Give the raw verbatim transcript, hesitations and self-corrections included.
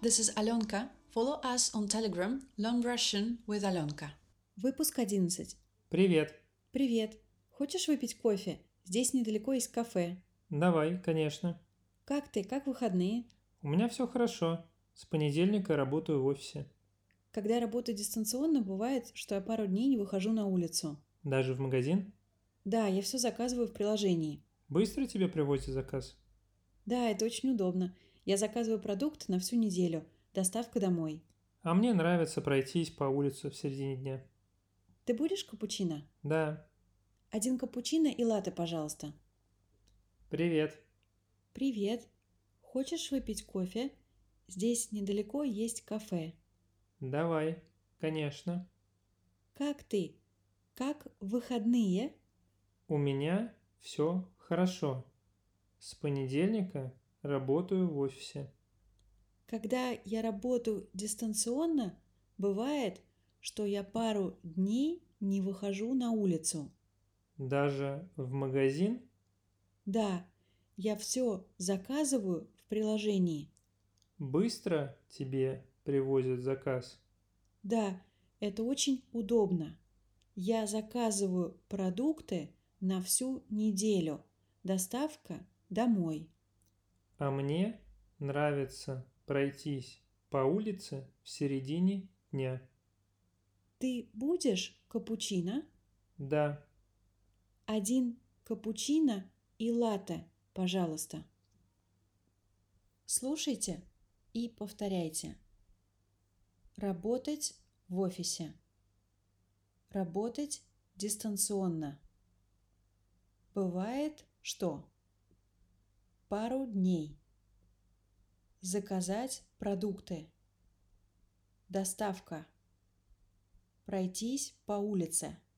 this is Alenka. Follow us on Telegram, Learn Russian with Alenka. Выпуск одиннадцать. Привет. Привет. Хочешь выпить кофе? Здесь недалеко есть кафе. Давай, конечно. Как ты? Как выходные? У меня все хорошо. С понедельника работаю в офисе. Когда я работаю дистанционно, бывает, что я пару дней не выхожу на улицу. Даже в магазин? Да, я все заказываю в приложении. Быстро тебе привозят заказ? Да, это очень удобно. Я заказываю продукт на всю неделю. Доставка домой. А мне нравится пройтись по улице в середине дня. Ты будешь капучино? Да. Один капучино и латте, пожалуйста. Привет. Привет. Хочешь выпить кофе? Здесь недалеко есть кафе. Давай, конечно. Как ты? Как выходные? У меня все хорошо. С понедельника работаю в офисе. Когда я работаю дистанционно, бывает, что я пару дней не выхожу на улицу. Даже в магазин? Да, я все заказываю в приложении. Быстро тебе привозят заказ? Да, это очень удобно. Я заказываю продукты на всю неделю. Доставка домой. А мне нравится пройтись по улице в середине дня. Ты будешь капучино? Да. Один капучино и латте, пожалуйста. Слушайте и повторяйте. Работать в офисе. Работать дистанционно. Бывает, что пару дней. Заказать продукты. Доставка. Пройтись по улице.